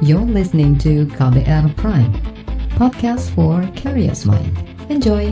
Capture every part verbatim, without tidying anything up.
You're listening to K B R Prime, podcast for curious mind. Enjoy!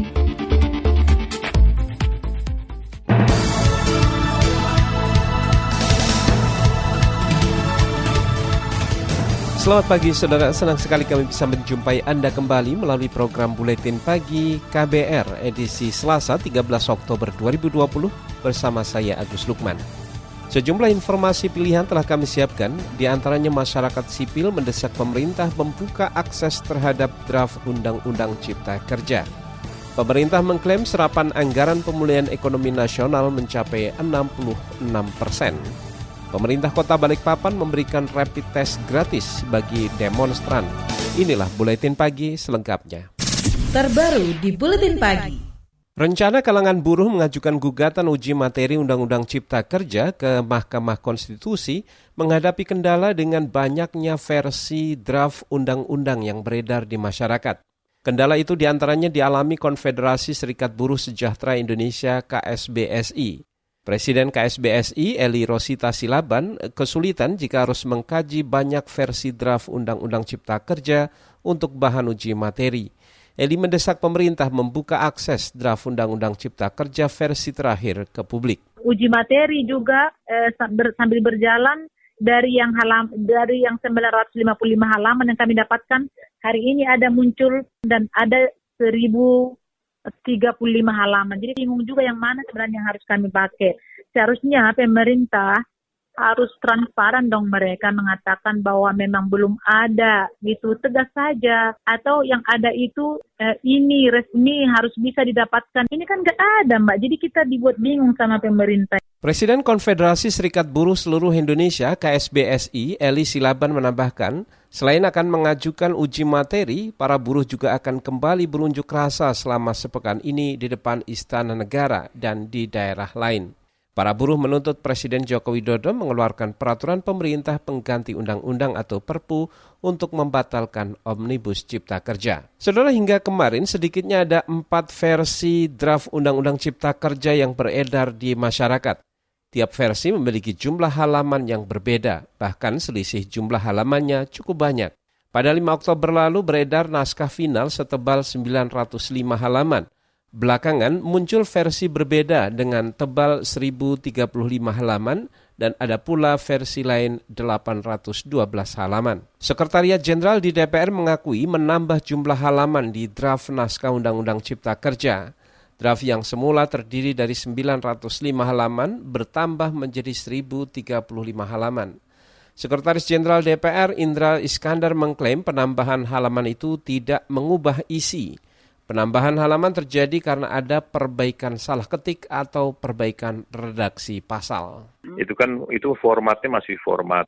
Selamat pagi saudara, senang sekali kami bisa menjumpai Anda kembali melalui program Buletin Pagi K B R edisi Selasa tiga belas Oktober dua ribu dua puluh bersama saya Agus Lukman. Sejumlah informasi pilihan telah kami siapkan, di antaranya masyarakat sipil mendesak pemerintah membuka akses terhadap draft Undang-Undang Cipta Kerja. Pemerintah mengklaim serapan anggaran pemulihan ekonomi nasional mencapai enam puluh enam persen. Pemerintah Kota Balikpapan memberikan rapid test gratis bagi demonstran. Inilah Buletin Pagi selengkapnya. Terbaru di Buletin Pagi. Rencana kalangan buruh mengajukan gugatan uji materi Undang-Undang Cipta Kerja ke Mahkamah Konstitusi menghadapi kendala dengan banyaknya versi draft undang-undang yang beredar di masyarakat. Kendala itu diantaranya dialami Konfederasi Serikat Buruh Sejahtera Indonesia K S B S I. Presiden K S B S I, Eli Rosita Silaban, kesulitan jika harus mengkaji banyak versi draft Undang-Undang Cipta Kerja untuk bahan uji materi. Eli mendesak pemerintah membuka akses draft Undang-Undang Cipta Kerja versi terakhir ke publik. Uji materi juga eh, sambil berjalan dari yang halam dari yang sembilan ratus lima puluh lima halaman yang kami dapatkan hari ini ada muncul dan ada seribu tiga puluh lima halaman. Jadi bingung juga yang mana sebenarnya yang harus kami pakai. Seharusnya pemerintah harus transparan dong, mereka mengatakan bahwa memang belum ada gitu, tegas saja. Atau yang ada itu eh, ini resmi harus bisa didapatkan. Ini kan nggak ada, Mbak. Jadi kita dibuat bingung sama pemerintah. Presiden Konfederasi Serikat Buruh Seluruh Indonesia K S B S I, Eli Silaban menambahkan, selain akan mengajukan uji materi, para buruh juga akan kembali berunjuk rasa selama sepekan ini di depan Istana Negara dan di daerah lain. Para buruh menuntut Presiden Joko Widodo mengeluarkan peraturan pemerintah pengganti undang-undang atau Perpu untuk membatalkan Omnibus Cipta Kerja. Saudara, hingga kemarin sedikitnya ada empat versi draft Undang-Undang Cipta Kerja yang beredar di masyarakat. Tiap versi memiliki jumlah halaman yang berbeda, bahkan selisih jumlah halamannya cukup banyak. Pada lima Oktober lalu beredar naskah final setebal sembilan ratus lima halaman. Belakangan muncul versi berbeda dengan tebal seribu tiga puluh lima halaman dan ada pula versi lain delapan ratus dua belas halaman. Sekretariat Jenderal di D P R mengakui menambah jumlah halaman di draft naskah Undang-Undang Cipta Kerja. Draft yang semula terdiri dari sembilan ratus lima halaman bertambah menjadi seribu tiga puluh lima halaman. Sekretaris Jenderal D P R Indra Iskandar mengklaim penambahan halaman itu tidak mengubah isi. Penambahan halaman terjadi karena ada perbaikan salah ketik atau perbaikan redaksi pasal. Itu kan itu formatnya masih format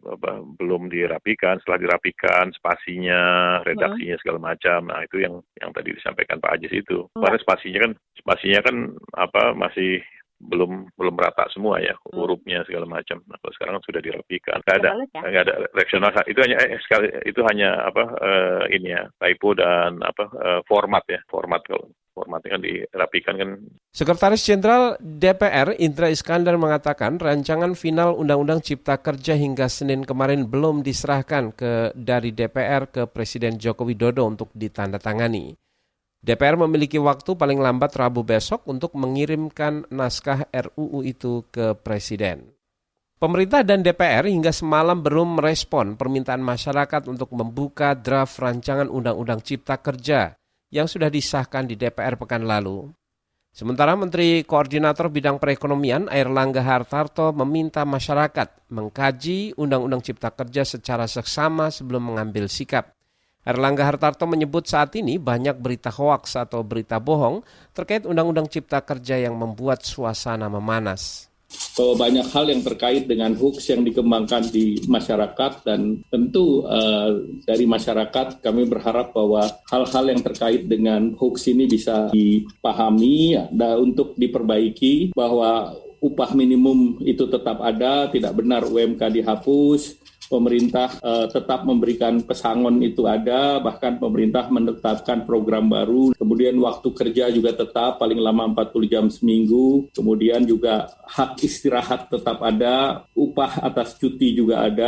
belum dirapikan, setelah dirapikan spasinya, redaksinya segala macam. Nah, itu yang yang tadi disampaikan Pak Ajis itu. Karena spasinya kan spasinya kan apa masih belum belum rata semua ya, hurufnya segala macam. Nah, kalau sekarang sudah dirapikan, nggak ada nggak ada reaksional. Itu hanya eh, sekali itu hanya apa eh, ini ya typo dan apa eh, format ya format kalau formatnya kan dirapikan kan. Sekretaris Jenderal D P R Indra Iskandar mengatakan rancangan final Undang-Undang Cipta Kerja hingga Senin kemarin belum diserahkan ke dari D P R ke Presiden Joko Widodo untuk ditandatangani. D P R memiliki waktu paling lambat Rabu besok untuk mengirimkan naskah R U U itu ke Presiden. Pemerintah dan D P R hingga semalam belum merespon permintaan masyarakat untuk membuka draft rancangan Undang-Undang Cipta Kerja yang sudah disahkan di D P R pekan lalu. Sementara Menteri Koordinator Bidang Perekonomian Airlangga Hartarto meminta masyarakat mengkaji Undang-Undang Cipta Kerja secara seksama sebelum mengambil sikap. Airlangga Hartarto menyebut saat ini banyak berita hoaks atau berita bohong terkait Undang-Undang Cipta Kerja yang membuat suasana memanas. Bahwa banyak hal yang terkait dengan hoaks yang dikembangkan di masyarakat dan tentu uh, dari masyarakat kami berharap bahwa hal-hal yang terkait dengan hoaks ini bisa dipahami dan untuk diperbaiki, bahwa upah minimum itu tetap ada, tidak benar U M K dihapus. Pemerintah uh, tetap memberikan pesangon itu ada, bahkan pemerintah menetapkan program baru, kemudian waktu kerja juga tetap paling lama empat puluh jam seminggu, kemudian juga hak istirahat tetap ada, upah atas cuti juga ada,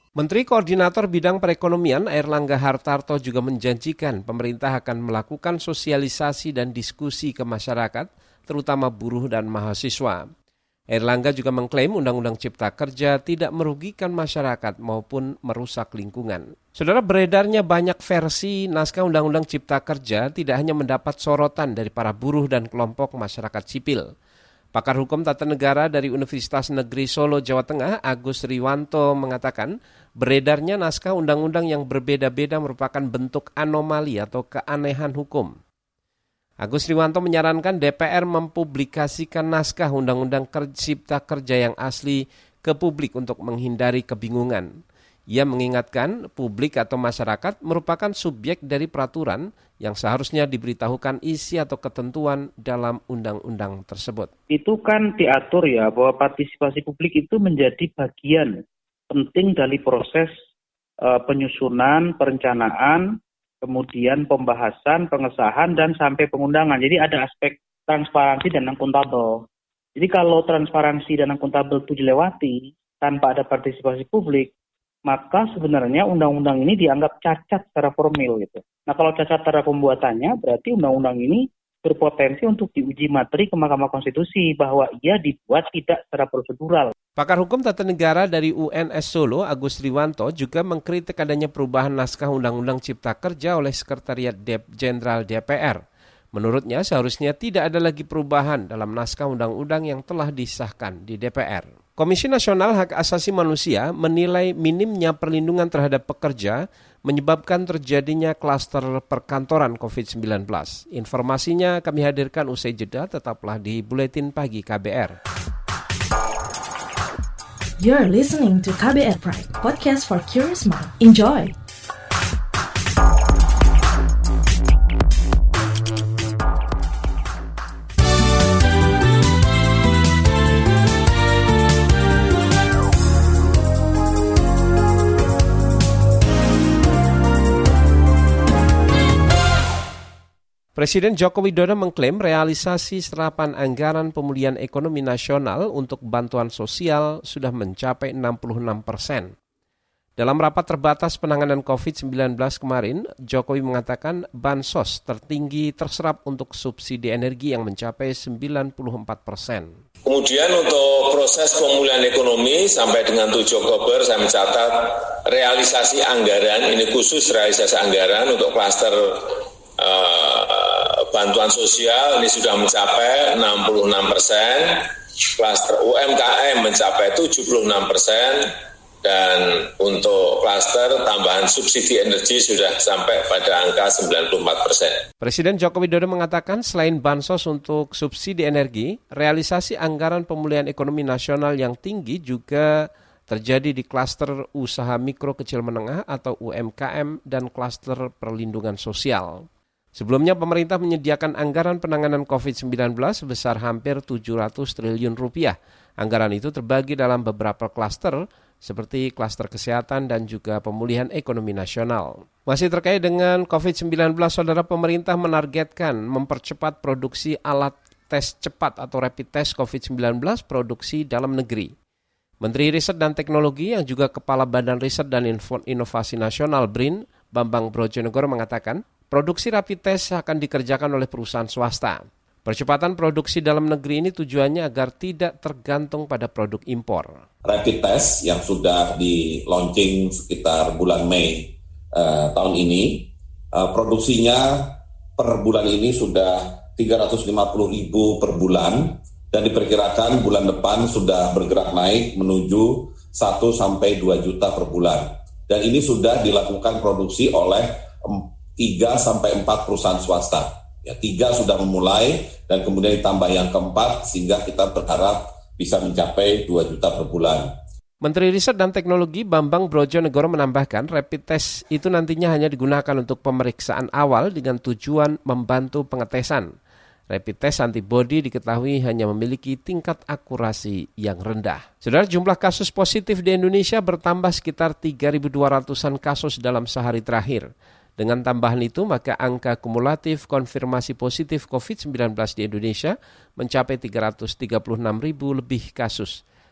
Menteri Koordinator Bidang Perekonomian Airlangga Hartarto juga menjanjikan pemerintah akan melakukan sosialisasi dan diskusi ke masyarakat, terutama buruh dan mahasiswa. Airlangga juga mengklaim Undang-Undang Cipta Kerja tidak merugikan masyarakat maupun merusak lingkungan. Saudara, beredarnya banyak versi naskah Undang-Undang Cipta Kerja tidak hanya mendapat sorotan dari para buruh dan kelompok masyarakat sipil. Pakar Hukum Tata Negara dari Universitas Negeri Solo, Jawa Tengah, Agus Riwanto mengatakan beredarnya naskah undang-undang yang berbeda-beda merupakan bentuk anomali atau keanehan hukum. Agus Riwanto menyarankan D P R mempublikasikan naskah Undang-Undang Cipta Kerja yang asli ke publik untuk menghindari kebingungan. Ia mengingatkan publik atau masyarakat merupakan subjek dari peraturan yang seharusnya diberitahukan isi atau ketentuan dalam undang-undang tersebut. Itu kan diatur ya bahwa partisipasi publik itu menjadi bagian penting dari proses uh, penyusunan, perencanaan, kemudian pembahasan, pengesahan, dan sampai pengundangan. Jadi ada aspek transparansi dan akuntabel. Jadi kalau transparansi dan akuntabel itu dilewati tanpa ada partisipasi publik, maka sebenarnya undang-undang ini dianggap cacat secara formil gitu. Nah kalau cacat secara pembuatannya berarti undang-undang ini berpotensi untuk diuji materi ke Mahkamah Konstitusi bahwa ia dibuat tidak secara prosedural. Pakar Hukum Tata Negara dari U N S Solo, Agus Riwanto, juga mengkritik adanya perubahan naskah Undang-Undang Cipta Kerja oleh Sekretariat Jenderal D P R. Menurutnya seharusnya tidak ada lagi perubahan dalam naskah undang-undang yang telah disahkan di D P R. Komisi Nasional Hak Asasi Manusia menilai minimnya perlindungan terhadap pekerja menyebabkan terjadinya klaster perkantoran covid sembilan belas. Informasinya kami hadirkan usai jeda, tetaplah di Buletin Pagi K B R. You're listening to K B R Prime, podcast for curious mind. Enjoy! Presiden Joko Widodo mengklaim realisasi serapan anggaran pemulihan ekonomi nasional untuk bantuan sosial sudah mencapai enam puluh enam persen. Dalam rapat terbatas penanganan covid sembilan belas kemarin, Jokowi mengatakan bansos tertinggi terserap untuk subsidi energi yang mencapai sembilan puluh empat persen. Kemudian untuk proses pemulihan ekonomi sampai dengan tujuh Oktober saya mencatat realisasi anggaran, ini khusus realisasi anggaran untuk klaster Uh, bantuan sosial ini sudah mencapai enam puluh enam persen, klaster U M K M mencapai tujuh puluh enam persen, dan untuk klaster tambahan subsidi energi sudah sampai pada angka sembilan puluh empat persen. Presiden Joko Widodo mengatakan selain bansos untuk subsidi energi, realisasi anggaran pemulihan ekonomi nasional yang tinggi juga terjadi di klaster usaha mikro kecil menengah atau U M K M dan klaster perlindungan sosial. Sebelumnya pemerintah menyediakan anggaran penanganan covid sembilan belas sebesar hampir tujuh ratus triliun rupiah. Anggaran itu terbagi dalam beberapa klaster seperti klaster kesehatan dan juga pemulihan ekonomi nasional. Masih terkait dengan covid sembilan belas, saudara, pemerintah menargetkan mempercepat produksi alat tes cepat atau rapid test covid sembilan belas produksi dalam negeri. Menteri Riset dan Teknologi yang juga Kepala Badan Riset dan Inovasi Nasional B R I N, Bambang Brojonegoro mengatakan, produksi rapid test akan dikerjakan oleh perusahaan swasta. Percepatan produksi dalam negeri ini tujuannya agar tidak tergantung pada produk impor. Rapid test yang sudah di-launching sekitar bulan Mei uh, tahun ini, uh, produksinya per bulan ini sudah tiga ratus lima puluh ribu per bulan, dan diperkirakan bulan depan sudah bergerak naik menuju satu sampai dua juta per bulan. Dan ini sudah dilakukan produksi oleh tiga sampai empat perusahaan swasta. Ya, tiga sudah memulai dan kemudian ditambah yang keempat sehingga kita berharap bisa mencapai dua juta per bulan. Menteri Riset dan Teknologi Bambang Brojonegoro menambahkan rapid test itu nantinya hanya digunakan untuk pemeriksaan awal dengan tujuan membantu pengetesan. Rapid test antibody diketahui hanya memiliki tingkat akurasi yang rendah. Saudara, jumlah kasus positif di Indonesia bertambah sekitar tiga ribu dua ratusan kasus dalam sehari terakhir. Dengan tambahan itu, maka angka kumulatif konfirmasi positif covid sembilan belas di Indonesia mencapai tiga ratus tiga puluh enam ribu lebih kasus.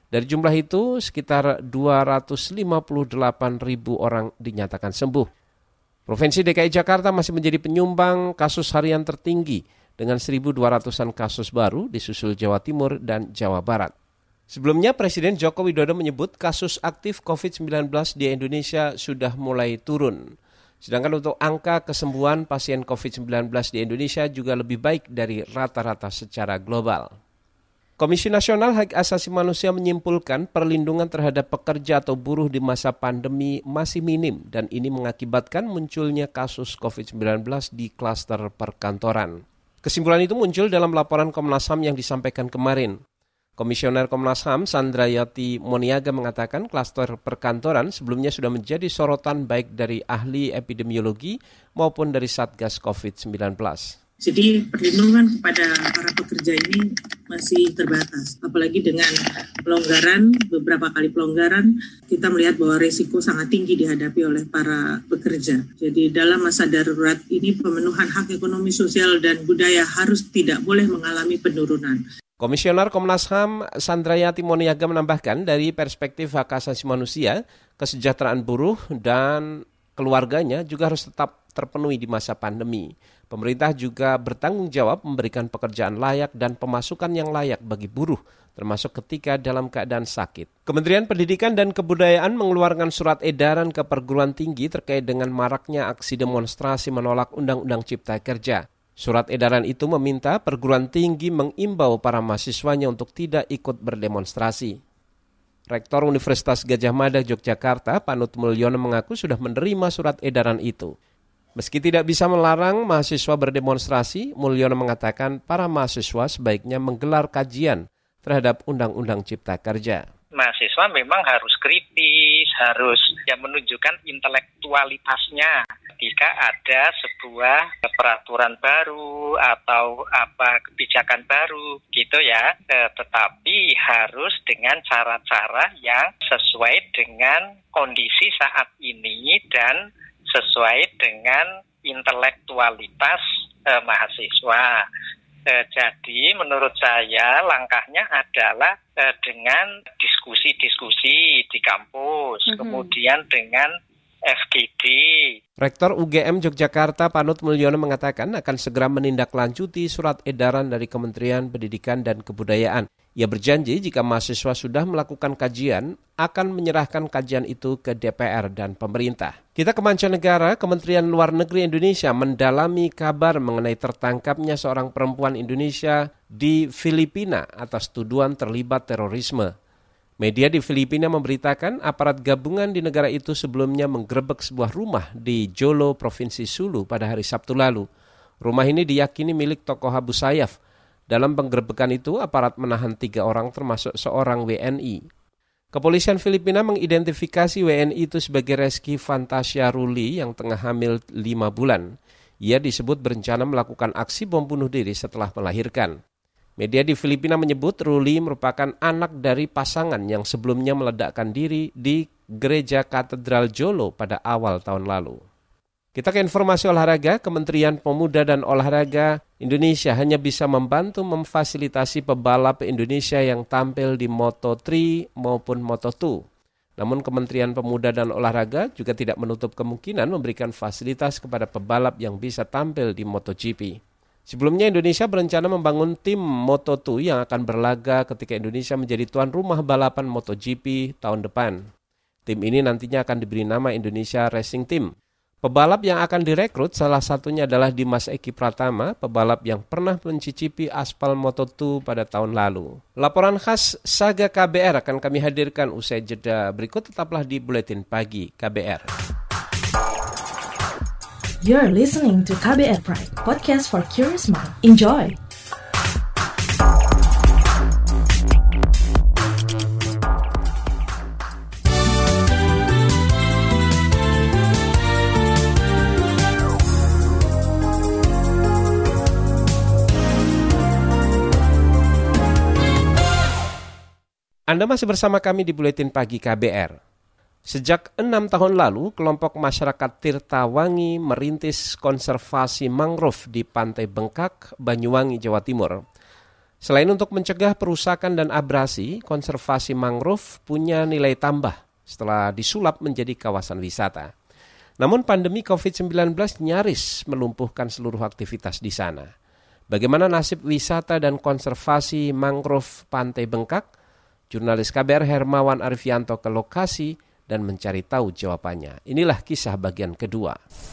Dari jumlah itu, sekitar dua ratus lima puluh delapan ribu orang dinyatakan sembuh. Provinsi D K I Jakarta masih menjadi penyumbang kasus harian tertinggi dengan seribu dua ratusan kasus baru disusul Jawa Timur dan Jawa Barat. Sebelumnya, Presiden Joko Widodo menyebut kasus aktif covid sembilan belas di Indonesia sudah mulai turun. Sedangkan untuk angka kesembuhan pasien covid sembilan belas di Indonesia juga lebih baik dari rata-rata secara global. Komisi Nasional Hak Asasi Manusia menyimpulkan perlindungan terhadap pekerja atau buruh di masa pandemi masih minim dan ini mengakibatkan munculnya kasus covid sembilan belas di klaster perkantoran. Kesimpulan itu muncul dalam laporan Komnas H A M yang disampaikan kemarin. Komisioner Komnas H A M Sandrayati Moniaga mengatakan klaster perkantoran sebelumnya sudah menjadi sorotan baik dari ahli epidemiologi maupun dari Satgas covid sembilan belas. Jadi perlindungan kepada para pekerja ini masih terbatas. Apalagi dengan pelonggaran, beberapa kali pelonggaran, kita melihat bahwa risiko sangat tinggi dihadapi oleh para pekerja. Jadi dalam masa darurat ini pemenuhan hak ekonomi, sosial, dan budaya harus tidak boleh mengalami penurunan. Komisioner Komnas H A M Sandrayati Moniaga menambahkan dari perspektif hak asasi manusia, kesejahteraan buruh dan keluarganya juga harus tetap terpenuhi di masa pandemi. Pemerintah juga bertanggung jawab memberikan pekerjaan layak dan pemasukan yang layak bagi buruh, termasuk ketika dalam keadaan sakit. Kementerian Pendidikan dan Kebudayaan mengeluarkan surat edaran ke perguruan tinggi terkait dengan maraknya aksi demonstrasi menolak Undang-Undang Cipta Kerja. Surat edaran itu meminta perguruan tinggi mengimbau para mahasiswanya untuk tidak ikut berdemonstrasi. Rektor Universitas Gadjah Mada Yogyakarta, Panut Mulyono mengaku sudah menerima surat edaran itu. Meski tidak bisa melarang mahasiswa berdemonstrasi, Mulyono mengatakan para mahasiswa sebaiknya menggelar kajian terhadap Undang-Undang Cipta Kerja. Mahasiswa memang harus kritis, harus ya menunjukkan intelektualitasnya. Jika ada sebuah peraturan baru atau apa kebijakan baru gitu ya, eh, tetapi harus dengan cara-cara yang sesuai dengan kondisi saat ini dan sesuai dengan intelektualitas eh, mahasiswa. Eh, jadi menurut saya langkahnya adalah eh, dengan diskusi-diskusi di kampus, mm-hmm. kemudian dengan F G D. Rektor U G M Yogyakarta Panut Mulyono mengatakan akan segera menindaklanjuti surat edaran dari Kementerian Pendidikan dan Kebudayaan. Ia berjanji jika mahasiswa sudah melakukan kajian, akan menyerahkan kajian itu ke D P R dan pemerintah. Kita ke mancanegara, Kementerian Luar Negeri Indonesia mendalami kabar mengenai tertangkapnya seorang perempuan Indonesia di Filipina atas tuduhan terlibat terorisme. Media di Filipina memberitakan aparat gabungan di negara itu sebelumnya menggerebek sebuah rumah di Jolo, Provinsi Sulu pada hari Sabtu lalu. Rumah ini diyakini milik tokoh Abu Sayyaf. Dalam penggerebekan itu, aparat menahan tiga orang termasuk seorang W N I. Kepolisian Filipina mengidentifikasi W N I itu sebagai Reski Fantasia Ruli yang tengah hamil lima bulan. Ia disebut berencana melakukan aksi bom bunuh diri setelah melahirkan. Media di Filipina menyebut Ruli merupakan anak dari pasangan yang sebelumnya meledakkan diri di Gereja Katedral Jolo pada awal tahun lalu. Kita ke informasi olahraga, Kementerian Pemuda dan Olahraga Indonesia hanya bisa membantu memfasilitasi pebalap Indonesia yang tampil di Moto tiga maupun Moto dua. Namun Kementerian Pemuda dan Olahraga juga tidak menutup kemungkinan memberikan fasilitas kepada pebalap yang bisa tampil di MotoGP. Sebelumnya Indonesia berencana membangun tim Moto dua yang akan berlaga ketika Indonesia menjadi tuan rumah balapan MotoGP tahun depan. Tim ini nantinya akan diberi nama Indonesia Racing Team. Pebalap yang akan direkrut salah satunya adalah Dimas Eki Pratama, pebalap yang pernah mencicipi aspal Moto dua pada tahun lalu. Laporan khas Saga K B R akan kami hadirkan usai jeda berikut, tetaplah di Buletin Pagi K B R. You're listening to K B R Pride, podcast for curious mind. Enjoy! Anda masih bersama kami di Buletin Pagi K B R. Sejak enam tahun lalu, kelompok masyarakat Tirtawangi merintis konservasi mangrove di Pantai Bengkak, Banyuwangi, Jawa Timur. Selain untuk mencegah perusakan dan abrasi, konservasi mangrove punya nilai tambah setelah disulap menjadi kawasan wisata. Namun pandemi covid sembilan belas nyaris melumpuhkan seluruh aktivitas di sana. Bagaimana nasib wisata dan konservasi mangrove Pantai Bengkak? Jurnalis K B R Hermawan Arifianto ke lokasi dan mencari tahu jawabannya. Inilah kisah bagian kedua.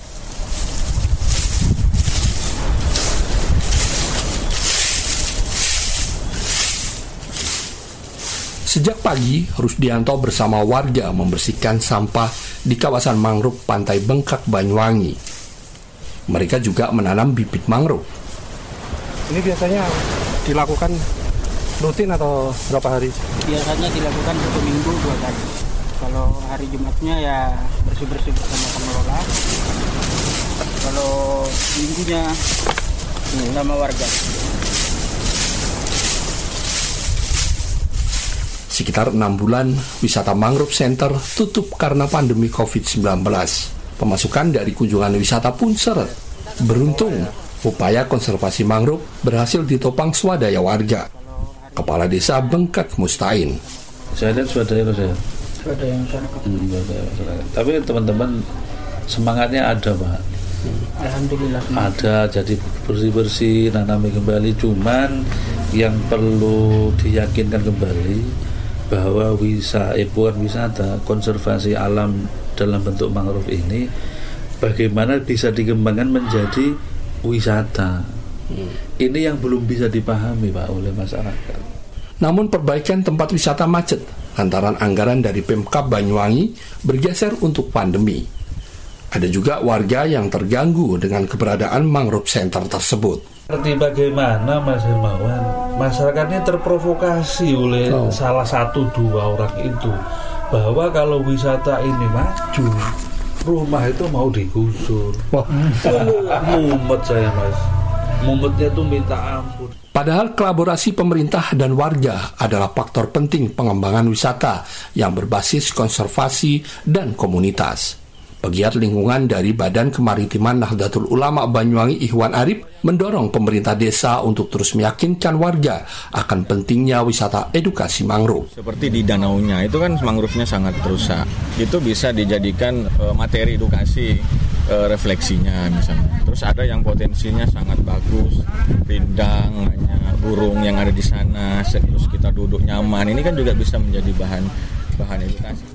Sejak pagi, Rusdianto bersama warga membersihkan sampah di kawasan mangrove Pantai Bengkak, Banyuwangi. Mereka juga menanam bibit mangrove. Ini biasanya dilakukan rutin atau berapa hari? Biasanya dilakukan satu minggu dua kali. Kalau hari Jumatnya ya bersih-bersih bersama pengelola. Kalau minggunya sama warga. Sekitar enam bulan, wisata Mangrove Center tutup karena pandemi covid sembilan belas. Pemasukan dari kunjungan wisata pun seret. Beruntung, upaya konservasi mangrove berhasil ditopang swadaya warga. Kepala Desa Bengkak Mustain. Saya lihat swadaya saya. Swadaya masyarakat. Hmm, masyarakat. Tapi teman-teman semangatnya ada, Pak. Alhamdulillah. Ada, jadi bersih-bersih, nanami kembali. Cuman yang perlu diyakinkan kembali bahwa wisata, eh, bukan wisata, konservasi alam dalam bentuk mangrove ini bagaimana bisa dikembangkan menjadi wisata. Hmm. Ini yang belum bisa dipahami, Pak, oleh masyarakat. Namun perbaikan tempat wisata macet lantaran anggaran dari Pemkab Banyuwangi bergeser untuk pandemi. Ada juga warga yang terganggu dengan keberadaan Mangrove Center tersebut. Seperti bagaimana, Mas Hermawan, masyarakat ini terprovokasi oleh oh. salah satu dua orang itu, bahwa kalau wisata ini maju, rumah itu mau digusur. Wah, mumet saya, Mas. Mumetnya tuh minta ampun. Padahal kolaborasi pemerintah dan warga adalah faktor penting pengembangan wisata yang berbasis konservasi dan komunitas. Pegiat lingkungan dari Badan Kemaritiman Nahdlatul Ulama Banyuwangi Ikhwan Arif mendorong pemerintah desa untuk terus meyakinkan warga akan pentingnya wisata edukasi mangrove. Seperti di danaunya itu kan mangrove-nya sangat rusak. Itu bisa dijadikan uh, materi edukasi uh, refleksinya misalnya. Terus ada yang potensinya sangat bagus, rindang, burung yang ada di sana, terus kita duduk nyaman. Ini kan juga bisa menjadi bahan bahan edukasi.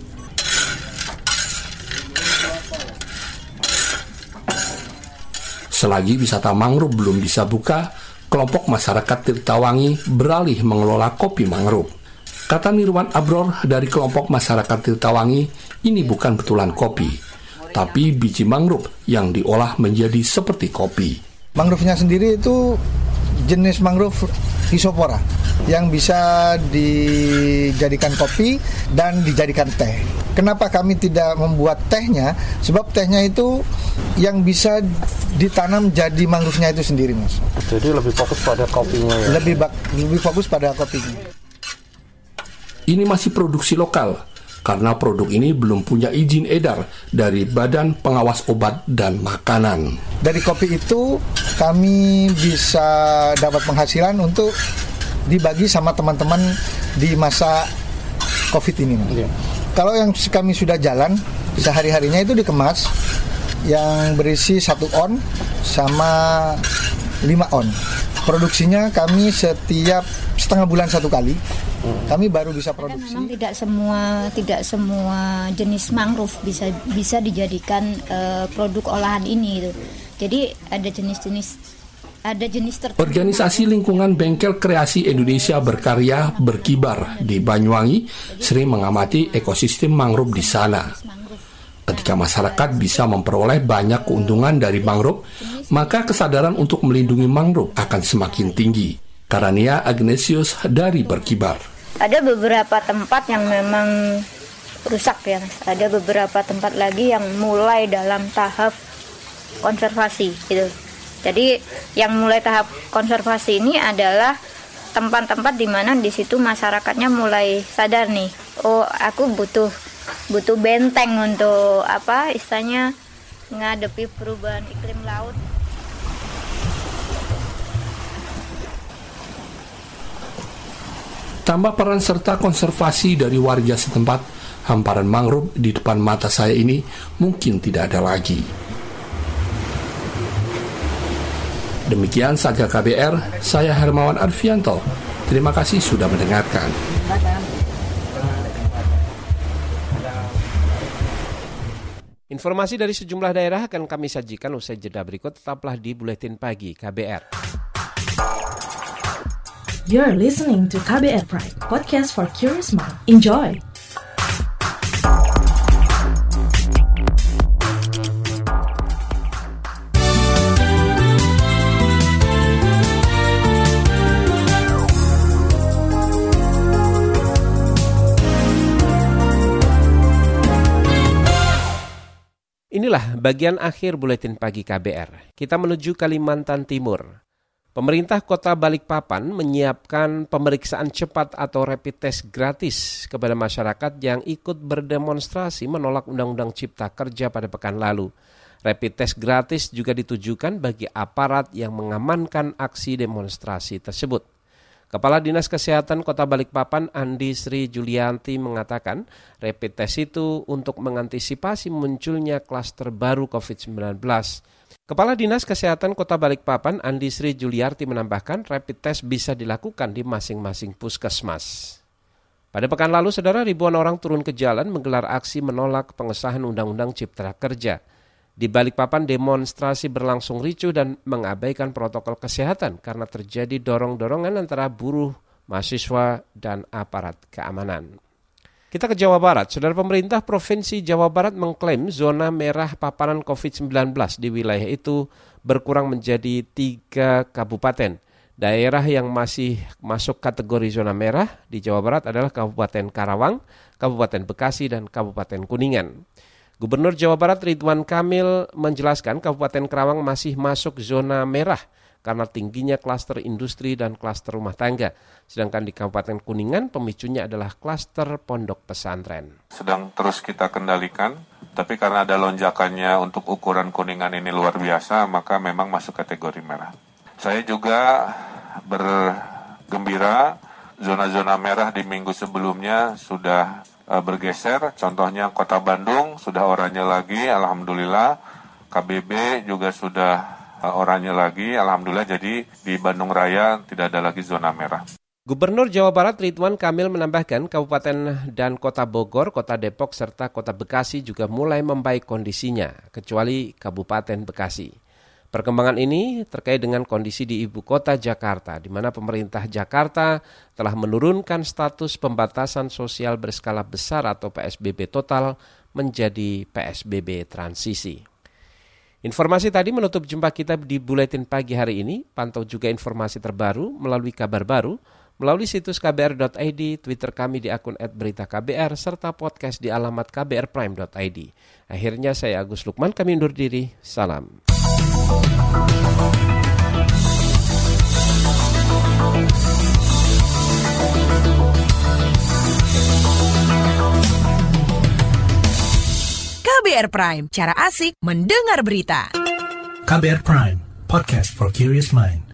Selagi wisata mangrove belum bisa buka, kelompok masyarakat Tirtawangi beralih mengelola kopi mangrove. Kata Nirwan Abror dari kelompok masyarakat Tirtawangi, ini bukan betulan kopi, tapi biji mangrove yang diolah menjadi seperti kopi. Mangrove-nya sendiri itu jenis mangrove Rhizopora yang bisa dijadikan kopi dan dijadikan teh. Kenapa kami tidak membuat tehnya? Sebab tehnya itu yang bisa ditanam jadi mangrove-nya itu sendiri, Mas. Jadi lebih fokus pada kopinya ya? Lebih, bak- lebih fokus pada kopinya. Ini masih produksi lokal, karena produk ini belum punya izin edar dari Badan Pengawas Obat dan Makanan. Dari kopi itu kami bisa dapat penghasilan untuk dibagi sama teman-teman di masa COVID ini. Ya. Kalau yang kami sudah jalan, sehari-harinya itu dikemas, yang berisi satu on sama lima on. Produksinya kami setiap setengah bulan satu kali. Kami baru bisa produksi. Memang tidak semua tidak semua jenis mangrove bisa bisa dijadikan uh, produk olahan ini gitu. Jadi ada jenis-jenis ada jenis tertentu. Organisasi Lingkungan Bengkel Kreasi Indonesia Berkarya Berkibar di Banyuwangi sering mengamati ekosistem mangrove di sana. Ketika masyarakat bisa memperoleh banyak keuntungan dari mangrove, maka kesadaran untuk melindungi mangrove akan semakin tinggi. Karania Agnesius dari Berkibar. Ada beberapa tempat yang memang rusak ya, Mas. Ada beberapa tempat lagi yang mulai dalam tahap konservasi gitu. Jadi yang mulai tahap konservasi ini adalah tempat-tempat di mana di situ masyarakatnya mulai sadar nih, oh aku butuh butuh benteng untuk apa istilahnya ngadepi perubahan iklim laut. Tambah peran serta konservasi dari warga setempat, hamparan mangrove di depan mata saya ini mungkin tidak ada lagi. Demikian Saga K B R, saya Hermawan Arfianto. Terima kasih sudah mendengarkan. Informasi dari sejumlah daerah akan kami sajikan usai jeda berikut. Tetaplah di Buletin Pagi K B R. You're listening to K B R Prime, podcast for curious mind. Enjoy! Inilah bagian akhir Buletin Pagi K B R. Kita menuju Kalimantan Timur. Pemerintah Kota Balikpapan menyiapkan pemeriksaan cepat atau rapid test gratis kepada masyarakat yang ikut berdemonstrasi menolak Undang-Undang Cipta Kerja pada pekan lalu. Rapid test gratis juga ditujukan bagi aparat yang mengamankan aksi demonstrasi tersebut. Kepala Dinas Kesehatan Kota Balikpapan Andi Sri Julianti mengatakan rapid test itu untuk mengantisipasi munculnya klaster baru covid sembilan belas. Kepala Dinas Kesehatan Kota Balikpapan Andi Sri Juliarti menambahkan rapid test bisa dilakukan di masing-masing puskesmas. Pada pekan lalu, saudara, ribuan orang turun ke jalan menggelar aksi menolak pengesahan Undang-Undang Cipta Kerja. Di Balikpapan demonstrasi berlangsung ricuh dan mengabaikan protokol kesehatan karena terjadi dorong-dorongan antara buruh, mahasiswa, dan aparat keamanan. Kita ke Jawa Barat. Saudara, pemerintah Provinsi Jawa Barat mengklaim zona merah paparan covid sembilan belas di wilayah itu berkurang menjadi tiga kabupaten. Daerah yang masih masuk kategori zona merah di Jawa Barat adalah Kabupaten Karawang, Kabupaten Bekasi, dan Kabupaten Kuningan. Gubernur Jawa Barat Ridwan Kamil menjelaskan Kabupaten Karawang masih masuk zona merah karena tingginya klaster industri dan klaster rumah tangga. Sedangkan di Kabupaten Kuningan pemicunya adalah klaster pondok pesantren. Sedang terus kita kendalikan, tapi karena ada lonjakannya untuk ukuran Kuningan ini luar biasa, maka memang masuk kategori merah. Saya juga bergembira, zona-zona merah di minggu sebelumnya sudah uh, bergeser. Contohnya Kota Bandung sudah oranye lagi, alhamdulillah. K B B juga sudah oranye lagi, alhamdulillah. Jadi di Bandung Raya tidak ada lagi zona merah. Gubernur Jawa Barat Ridwan Kamil menambahkan Kabupaten dan Kota Bogor, Kota Depok, serta Kota Bekasi juga mulai membaik kondisinya, kecuali Kabupaten Bekasi. Perkembangan ini terkait dengan kondisi di Ibu Kota Jakarta, di mana pemerintah Jakarta telah menurunkan status pembatasan sosial berskala besar atau P S B B total menjadi P S B B transisi. Informasi tadi menutup jumpa kita di Buletin Pagi hari ini. Pantau juga informasi terbaru melalui kabar baru, melalui situs k b r dot i d, Twitter kami di akun et berita k b r, serta podcast di alamat k b r prime dot i d. Akhirnya saya Agus Lukman, kami undur diri. Salam. K B R Prime, cara asik mendengar berita. K B R Prime, podcast for curious mind.